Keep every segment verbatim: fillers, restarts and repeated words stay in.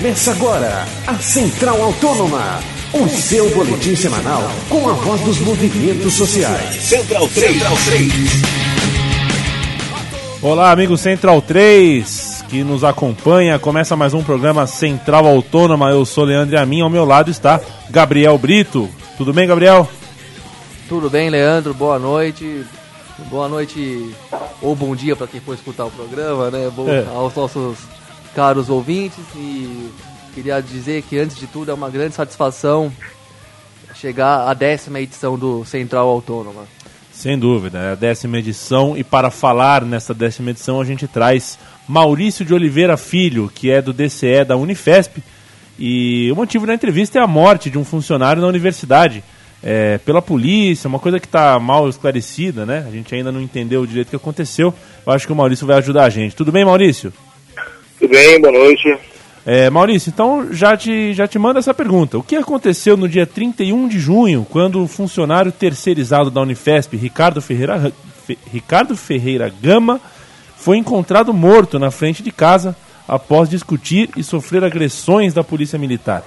Começa agora a Central Autônoma, o seu boletim semanal com a voz dos movimentos sociais. Central três. Central três. Olá, amigo Central três, que nos acompanha. Começa mais um programa Central Autônoma. Eu sou Leandro e a mim, ao meu lado está Gabriel Brito. Tudo bem, Gabriel? Tudo bem, Leandro. Boa noite. Boa noite ou bom dia para quem for escutar o programa, né? Bom, é. Aos nossos caros ouvintes, e queria dizer que, antes de tudo, é uma grande satisfação chegar à décima edição do Central Autônoma. Sem dúvida, é a décima edição, e para falar nessa décima edição a gente traz Maurício de Oliveira Filho, que é do D C E da Unifesp, e o motivo da entrevista é a morte de um funcionário na universidade, é, pela polícia, uma coisa que está mal esclarecida, né? A gente ainda não entendeu direito o que aconteceu. Eu acho que o Maurício vai ajudar a gente. Tudo bem, Maurício? Tudo bem, boa noite. É, Maurício, então já te, já te mando essa pergunta. O que aconteceu no dia trinta e um de junho, quando o funcionário terceirizado da Unifesp, Ricardo Ferreira, Fe, Ricardo Ferreira Gama, foi encontrado morto na frente de casa após discutir e sofrer agressões da Polícia Militar?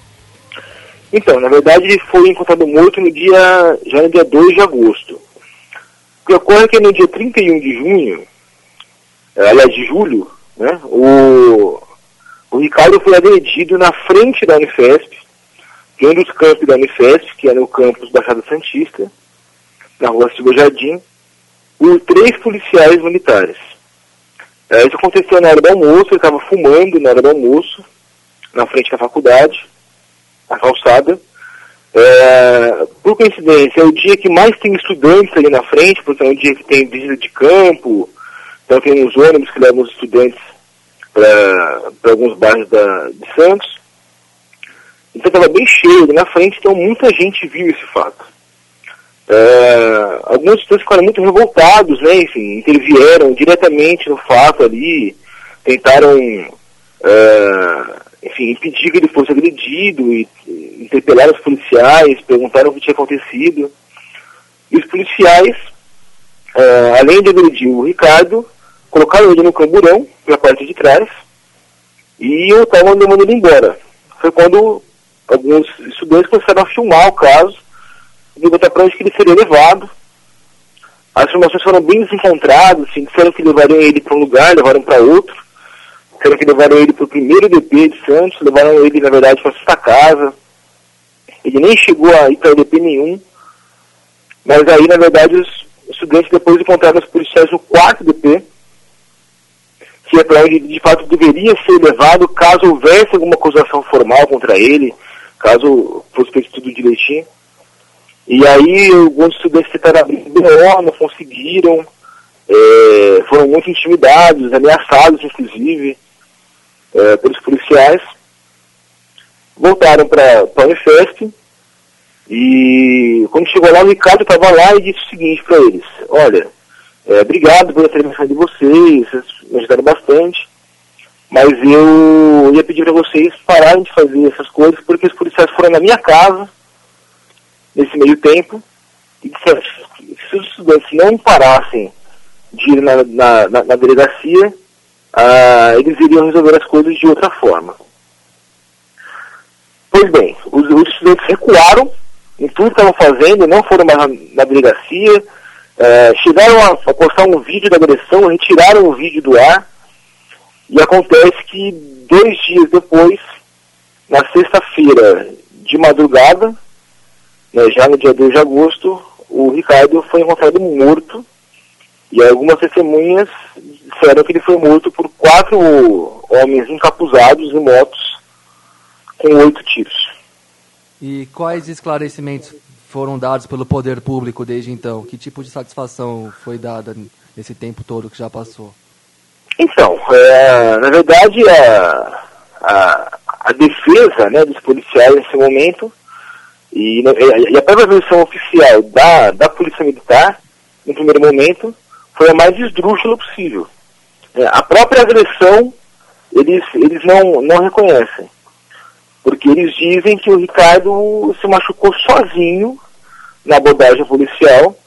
Então, na verdade, ele foi encontrado morto no dia, já no dia dois de agosto. O que ocorre é que no dia trinta e um de junho, aliás, de julho, né, o... O Ricardo foi agredido na frente da Unifesp, de um dos campos da Unifesp, que é no campus Baixada Santista, na rua Silva Jardim, por três policiais militares. É, isso aconteceu na hora do almoço, ele estava fumando na hora do almoço, na frente da faculdade, na calçada. É, por coincidência, é o dia que mais tem estudantes ali na frente, porque é um dia que tem visita de campo, então tem uns ônibus que levam os estudantes para alguns bairros da, de Santos. Então estava bem cheio ali na frente, então muita gente viu esse fato. É, alguns estudantes ficaram muito revoltados, né, enfim, intervieram diretamente no fato ali, tentaram, é, enfim, impedir que ele fosse agredido, e, e interpelaram os policiais, perguntaram o que tinha acontecido. E os policiais, é, além de agredir o Ricardo, colocaram ele no camburão, pela parte de trás, e eu estava mandando ele embora. Foi quando alguns estudantes começaram a filmar o caso, e perguntar para onde que ele seria levado. As informações foram bem desencontradas, assim, disseram que levariam ele para um lugar, levaram para outro, disseram que levaram ele para o primeiro D P de Santos, levaram ele, na verdade, para a Sexta Casa. Ele nem chegou a ir para D P nenhum, mas aí, na verdade, os estudantes depois encontraram os policiais no quarto D P, que é para onde de fato deveria ser levado caso houvesse alguma acusação formal contra ele, caso fosse feito tudo direitinho. E aí alguns estudantes tentaram abrir B O, não conseguiram, é, foram muito intimidados, ameaçados inclusive, é, pelos policiais. Voltaram para a Unifesp, e quando chegou lá, o Ricardo estava lá e disse o seguinte para eles: olha, É, obrigado pela intervenção de vocês, vocês me ajudaram bastante, mas eu ia pedir para vocês pararem de fazer essas coisas, porque os policiais foram na minha casa, nesse meio tempo, e disseram que se os estudantes não parassem de ir na, na, na, na delegacia, ah, eles iriam resolver as coisas de outra forma. Pois bem, os, os estudantes recuaram em tudo que estavam fazendo, não foram mais na, na delegacia. É, chegaram a, a postar um vídeo da agressão, retiraram o vídeo do ar, e acontece que dois dias depois, na sexta-feira de madrugada, né, já no dia dois de agosto, o Ricardo foi encontrado morto, e algumas testemunhas disseram que ele foi morto por quatro homens encapuzados em motos com oito tiros. E quais esclarecimentos foram dados pelo poder público desde então? Que tipo de satisfação foi dada nesse tempo todo que já passou? Então, é, na verdade, a, a, a defesa, né, dos policiais nesse momento, e, e a própria versão oficial da, da Polícia Militar, no primeiro momento, foi a mais esdrúxula possível. É, a própria agressão, eles, eles não, não reconhecem, porque eles dizem que o Ricardo se machucou sozinho na abordagem policial,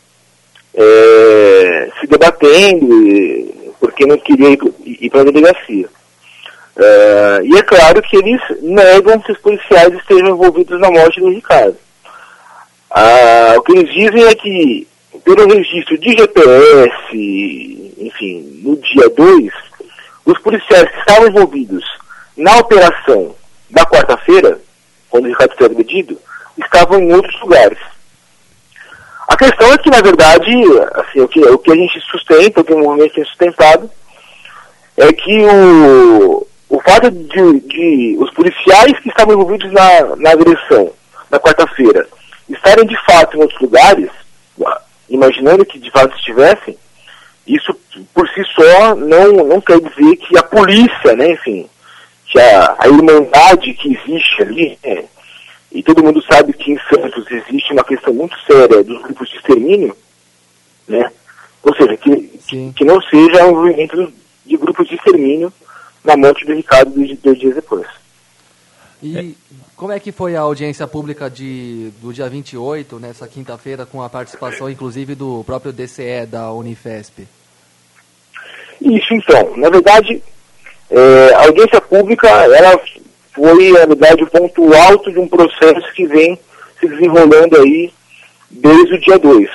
é, se debatendo, porque não queria ir, ir para a delegacia. Uh, e é claro que eles negam que os policiais estejam envolvidos na morte do Ricardo. Uh, o que eles dizem é que, pelo registro de G P S, enfim, no dia dois, os policiais que estavam envolvidos na operação da quarta-feira, quando o Ricardo foi agredido, estavam em outros lugares. A questão é que, na verdade, assim, o, que, o que a gente sustenta, o que o movimento tem sustentado, é que o, o fato de, de os policiais que estavam envolvidos na, na agressão na quarta-feira estarem de fato em outros lugares, imaginando que de fato estivessem, isso por si só não, não quer dizer que a polícia, né, enfim, que a, a irmandade que existe ali, né, e todo mundo sabe que em Santos existe uma questão muito séria dos grupos de extermínio, né, ou seja, que, que não seja um movimento de grupos de extermínio na morte do Ricardo dois, dois dias depois. E como é que foi a audiência pública de, do dia vinte e oito, nessa quinta-feira, com a participação, inclusive, do próprio D C E da Unifesp? Isso, então. Na verdade, é, a audiência pública, ela foi, na verdade, o ponto alto de um processo que vem se desenrolando aí desde o dia dois.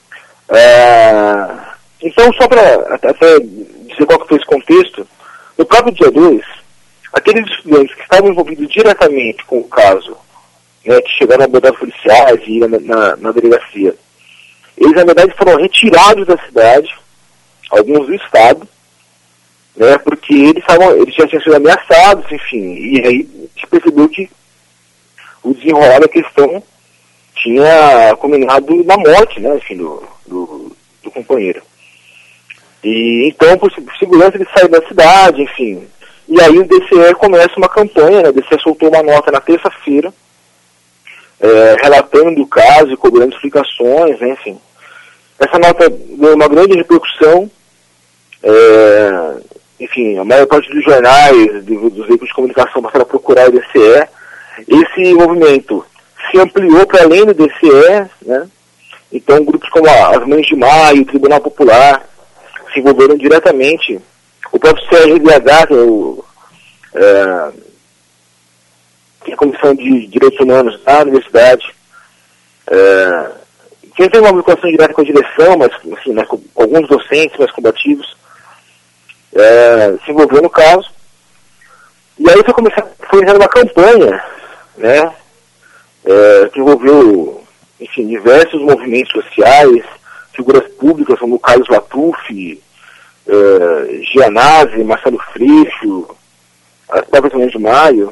É, então, só para até dizer qual que foi esse contexto, no próprio dia dois, aqueles estudantes que estavam envolvidos diretamente com o caso, né, que chegaram a abordar policiais e ir na, na, na delegacia, eles, na verdade, foram retirados da cidade, alguns do estado, né, porque eles, tavam, eles já tinham sido ameaçados, enfim, e aí a gente percebeu que o desenrolar da questão tinha culminado na morte, né, enfim, do, do, do companheiro. E então, por segurança, eles saíram da cidade, enfim. E aí o D C E começa uma campanha, né? O D C E soltou uma nota na terça-feira, é, relatando o caso e cobrando explicações, né? Enfim. Essa nota deu uma grande repercussão, é, enfim, a maior parte dos jornais, dos veículos de comunicação passaram a procurar o D C E. Esse movimento se ampliou para além do D C E, né? Então grupos como as Mães de Maio, o Tribunal Popular, se envolveram diretamente. O próprio C R D H, que é, o, é, que é a Comissão de Direitos Humanos da Universidade, é, quem tem uma vinculação direta com a direção, mas assim, né, com alguns docentes mais combativos, é, se envolveu no caso. E aí foi começar, foi iniciada uma campanha, né, é, que envolveu, enfim, diversos movimentos sociais, figuras públicas como o Carlos Latuf, Uh, Gianazzi, Marcelo Freixo, as próprias Mães de Maio,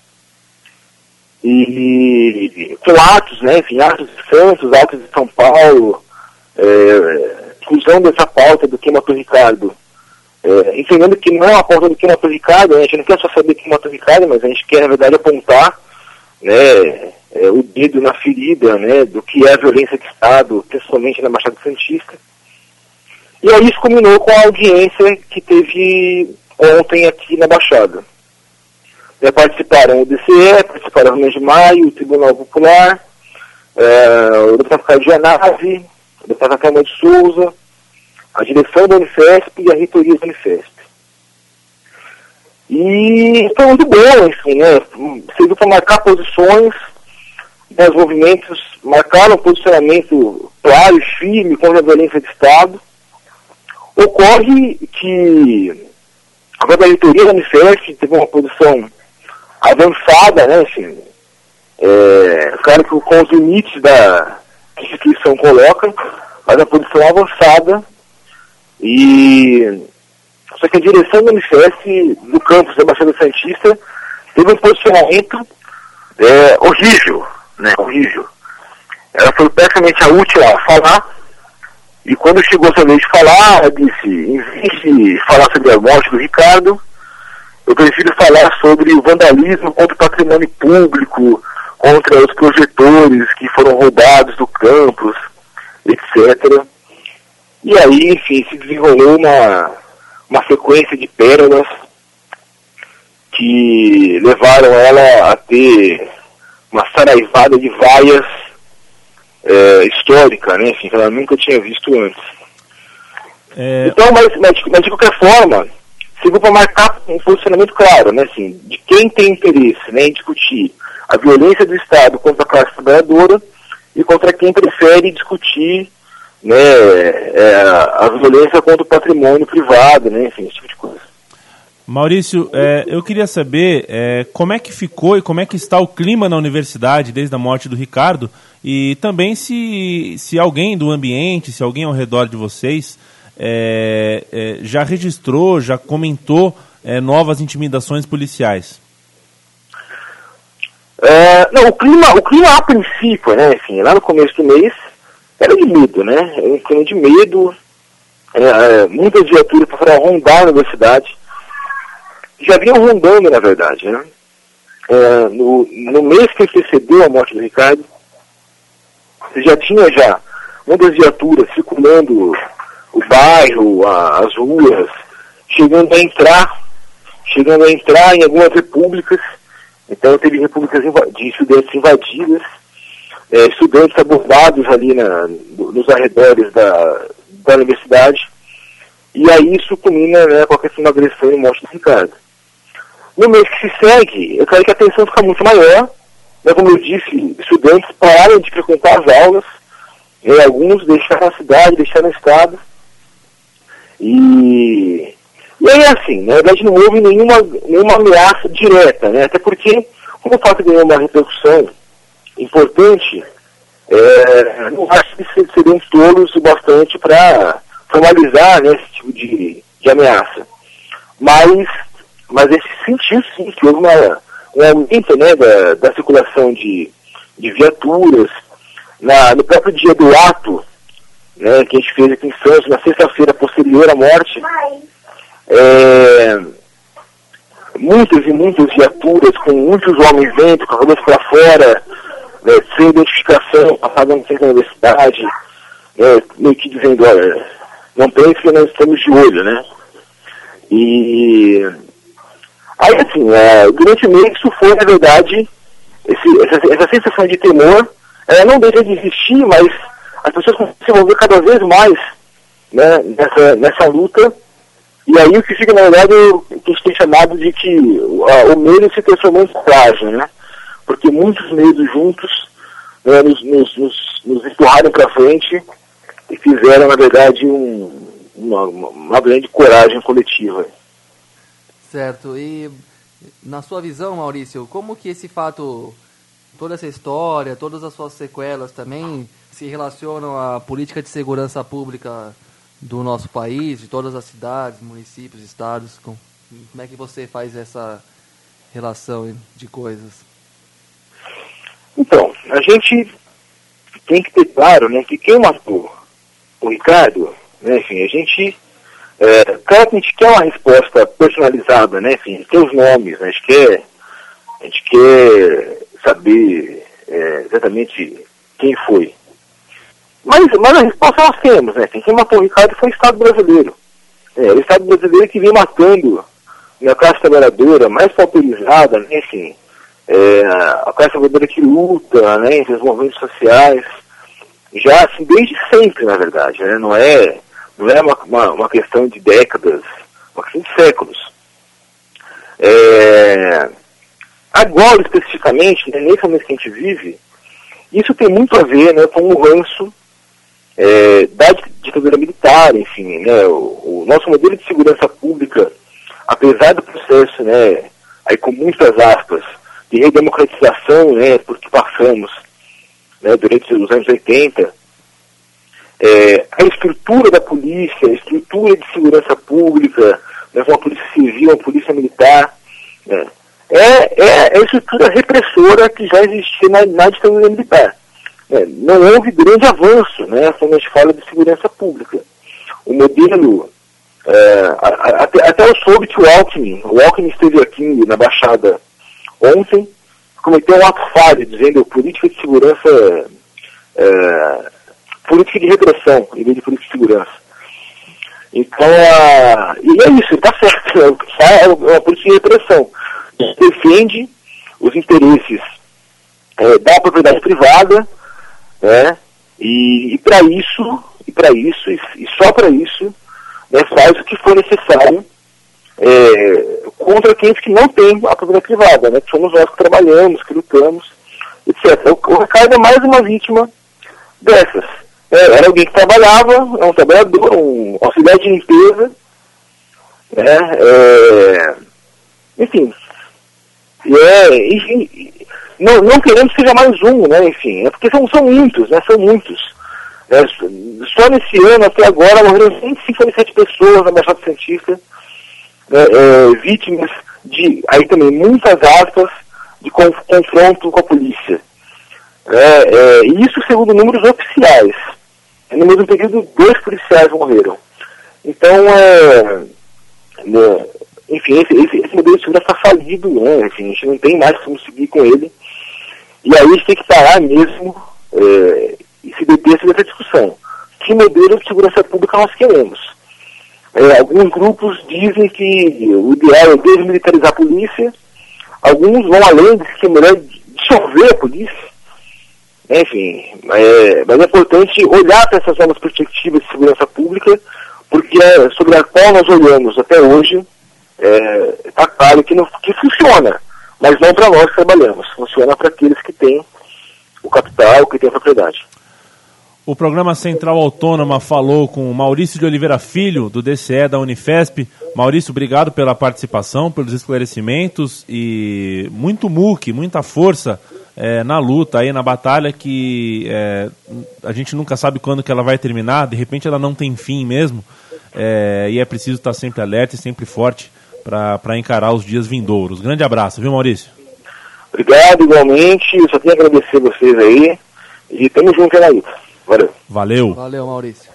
e, e com atos, né, enfim, atos de Santos, atos de São Paulo, discussão é, dessa pauta do que matou Ricardo, é, entendendo que não é uma pauta do que matou Ricardo, né, a gente não quer só saber que matou Ricardo, mas a gente quer, na verdade, apontar, né, é, o dedo na ferida, né, do que é a violência de Estado, principalmente na Baixada Santista. E aí isso culminou com a audiência que teve ontem aqui na Baixada. Já participaram o D C E, participaram as Mães de Maio, o Tribunal Popular, é, o deputado Carlos Gianazzi, o deputado Câmara de Souza, a direção da Unifesp e a reitoria da Unifesp. E foi muito bom, enfim, né? Serviu para marcar posições, né, os movimentos marcaram um posicionamento claro e firme contra a violência de Estado. Ocorre que a própria reitoria da Unifesp teve uma posição avançada, né, assim, é, claro que com os limites da instituição coloca, mas a posição avançada, e só que a direção da Unifesp do campus da Baixada Santista teve um posicionamento é, horrível, né, horrível. Ela foi praticamente a última a falar. E quando chegou a sua vez de falar, ela disse, em vez de falar sobre a morte do Ricardo, eu prefiro falar sobre o vandalismo contra o patrimônio público, contra os projetores que foram roubados do campus, etcétera. E aí, enfim, se desenrolou uma, uma sequência de pérolas que levaram ela a ter uma saraivada de vaias É, histórica, né, assim, que ela nunca tinha visto antes. É... Então, mas, mas, mas de qualquer forma, serviu para marcar um posicionamento claro, né, assim, de quem tem interesse, né, em discutir a violência do Estado contra a classe trabalhadora e contra quem prefere discutir, né, é, a violência contra o patrimônio privado, né, enfim, esse tipo de coisa. Maurício, é, eu queria saber é, como é que ficou e como é que está o clima na universidade desde a morte do Ricardo, e também se, se alguém do ambiente, se alguém ao redor de vocês é, é, já registrou, já comentou é, novas intimidações policiais. É, não, o clima, o clima a princípio, né, enfim, lá no começo do mês, era de medo, né, era um clima de medo, é, muitas viaturas para rondar a universidade, já vinham rondando, na verdade, né, é, no, no mês que antecedeu a morte do Ricardo, você já tinha já muitas viaturas circulando o bairro, a, as ruas, chegando a entrar, chegando a entrar em algumas repúblicas. Então teve repúblicas de estudantes invadidas, é, estudantes abordados ali na, nos arredores da, da universidade, e aí isso culmina, né, com a questão da agressão e morte do Ricardo. No mês que se segue, eu quero que a tensão fica muito maior, né, como eu disse, estudantes pararam de frequentar as aulas, e alguns deixaram a cidade, deixaram o estado, e... E aí, assim, na verdade não houve nenhuma, nenhuma ameaça direta, né? Até porque, como o fato ganhou uma repercussão importante, é, não acho que seriam tolos o bastante para formalizar, né, esse tipo de, de ameaça. Mas, mas esse sentiu sim que houve uma, um aumento, né, da, da circulação de, de viaturas. Na, no próprio dia do ato, né, que a gente fez aqui em Santos, na sexta-feira posterior à morte, É, muitas e muitas viaturas com muitos homens dentro, com a cabeça para fora, né, sem identificação, passando na frente da universidade, né, meio que dizendo, olha, não pense que nós estamos de olho, né? E aí, assim, é, durante o mês isso foi, na verdade, esse, essa, essa sensação de temor, ela não deixa de existir, mas as pessoas começam a se envolver cada vez mais, né, nessa, nessa luta. E aí o que fica, na verdade, o que a gente tem chamado de que uh, o medo se transformou em coragem, né? Porque muitos medos juntos, né, nos, nos, nos, nos empurraram para frente e fizeram, na verdade, um, uma, uma grande coragem coletiva. Certo. E na sua visão, Maurício, como que esse fato, toda essa história, todas as suas sequelas também se relacionam à política de segurança pública do nosso país, de todas as cidades, municípios, estados? Com, como é que você faz essa relação de coisas? Então, a gente tem que ter claro, né, que quem matou o Ricardo, né, enfim, a gente, é, claro que a gente quer uma resposta personalizada, né, enfim, tem os nomes, né, a gente quer, a gente quer saber é, exatamente quem foi. Mas, mas a resposta nós temos, né? Quem matou o Ricardo foi o Estado brasileiro. É, o Estado brasileiro que vem matando, né, a classe trabalhadora mais pauperizada, né, enfim, é, a classe trabalhadora que luta, né, entre os movimentos sociais, já assim, desde sempre, na verdade, né? Não é, não é uma, uma, uma questão de décadas, uma questão de séculos. É, agora, especificamente, né, nesse momento que a gente vive, isso tem muito a ver, né, com o ranço É, da ditadura militar, enfim, né, o, o nosso modelo de segurança pública, apesar do processo, né, aí com muitas aspas, de redemocratização, né, por que passamos, né, durante os anos oitenta, é, a estrutura da polícia, a estrutura de segurança pública, né, uma polícia civil, uma polícia militar, né, é, é a estrutura repressora que já existia na, na ditadura militar. É, não houve grande avanço, né, quando a gente fala de segurança pública. O modelo, é, a, a, até, até eu soube que o Alckmin, o Alckmin esteve aqui na Baixada ontem, cometeu um ato falho, dizendo política de segurança, é, política de repressão, em vez de política de segurança. Então, a, e é isso, está certo, é uma política de repressão. Defende os interesses é, da propriedade privada, né? E, e para isso, e para isso, e, e só para isso, né, faz o que for necessário é, contra aqueles que não têm a propriedade privada, né, que somos nós que trabalhamos, que lutamos, etcétera. O, o Ricardo é mais uma vítima dessas. É, era alguém que trabalhava, é um trabalhador, um auxiliar de limpeza, né, é, enfim, e é, enfim, não, não queremos que seja mais um, né, enfim, é porque são, são muitos, né, são muitos. É, só nesse ano, até agora, morreram cento e cinquenta e sete pessoas na Baixada Santista, né, é, vítimas de, aí também, muitas aspas, de conf, confronto com a polícia. É, é, e isso segundo números oficiais. No mesmo período, dois policiais morreram. Então, é, né, enfim, esse, esse, esse modelo de segurança está falido, né? Enfim, a gente não tem mais como seguir com ele. E aí a gente tem que parar mesmo é, e se deter sobre essa discussão. Que modelo de segurança pública nós queremos? É, alguns grupos dizem que o ideal é desmilitarizar a polícia. Alguns vão além de que é melhor dissolver a polícia. Enfim, é, mas é importante olhar para essas novas perspectivas de segurança pública, porque é sobre a qual nós olhamos até hoje, está é, claro que, não, que funciona, mas não para nós que trabalhamos, funciona para aqueles que têm o capital, que têm a propriedade. O programa Central Autônoma falou com Maurício de Oliveira Filho, do D C E da Unifesp. Maurício, obrigado pela participação, pelos esclarecimentos e muito muque, muita força é, na luta, aí na batalha que é, a gente nunca sabe quando que ela vai terminar, de repente ela não tem fim mesmo, é, e é preciso estar sempre alerta e sempre forte para encarar os dias vindouros. Grande abraço, viu, Maurício? Obrigado, igualmente, eu só tenho a agradecer a vocês aí e tamo junto na luta. Valeu. Valeu. Valeu, Maurício.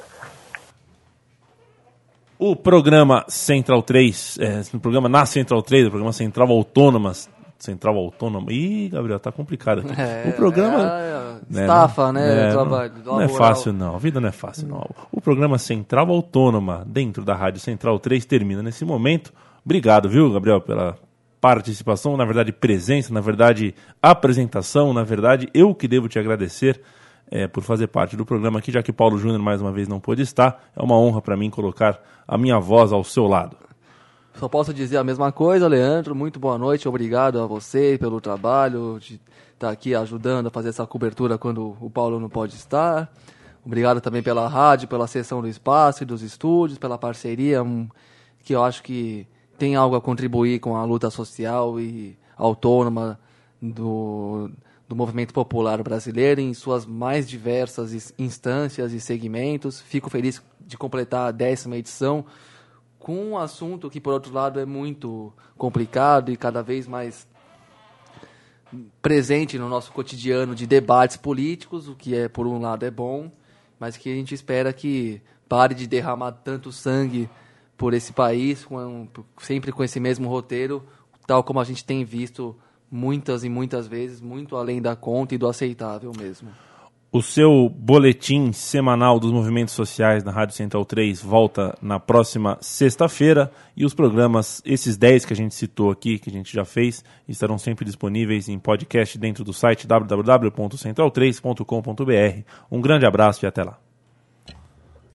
O programa Central três, é, o programa na Central três, o programa Central Autônoma, Central Autônoma, ih, Gabriel, tá complicado aqui. É, o programa... É, né, estafa, né? É, trabalho, não, não é fácil, não. A vida não é fácil, não. O programa Central Autônoma, dentro da Rádio Central três, termina nesse momento. Obrigado, viu, Gabriel, pela participação, na verdade, presença, na verdade, apresentação, na verdade, eu que devo te agradecer. É, por fazer parte do programa aqui, já que Paulo Júnior mais uma vez não pôde estar. É uma honra para mim colocar a minha voz ao seu lado. Só posso dizer a mesma coisa, Leandro. Muito boa noite, obrigado a você pelo trabalho, de estar aqui ajudando a fazer essa cobertura quando o Paulo não pode estar. Obrigado também pela rádio, pela sessão do espaço e dos estúdios, pela parceria, um, que eu acho que tem algo a contribuir com a luta social e autônoma do... do movimento popular brasileiro em suas mais diversas instâncias e segmentos. Fico feliz de completar a décima edição com um assunto que, por outro lado, é muito complicado e cada vez mais presente no nosso cotidiano de debates políticos, o que, é, por um lado, é bom, mas que a gente espera que pare de derramar tanto sangue por esse país, com, sempre com esse mesmo roteiro, tal como a gente tem visto muitas e muitas vezes, muito além da conta e do aceitável mesmo. O seu boletim semanal dos movimentos sociais na Rádio Central três volta na próxima sexta-feira e os programas, esses dez que a gente citou aqui, que a gente já fez, estarão sempre disponíveis em podcast dentro do site w w w ponto central três ponto com ponto b r. Um grande abraço e até lá.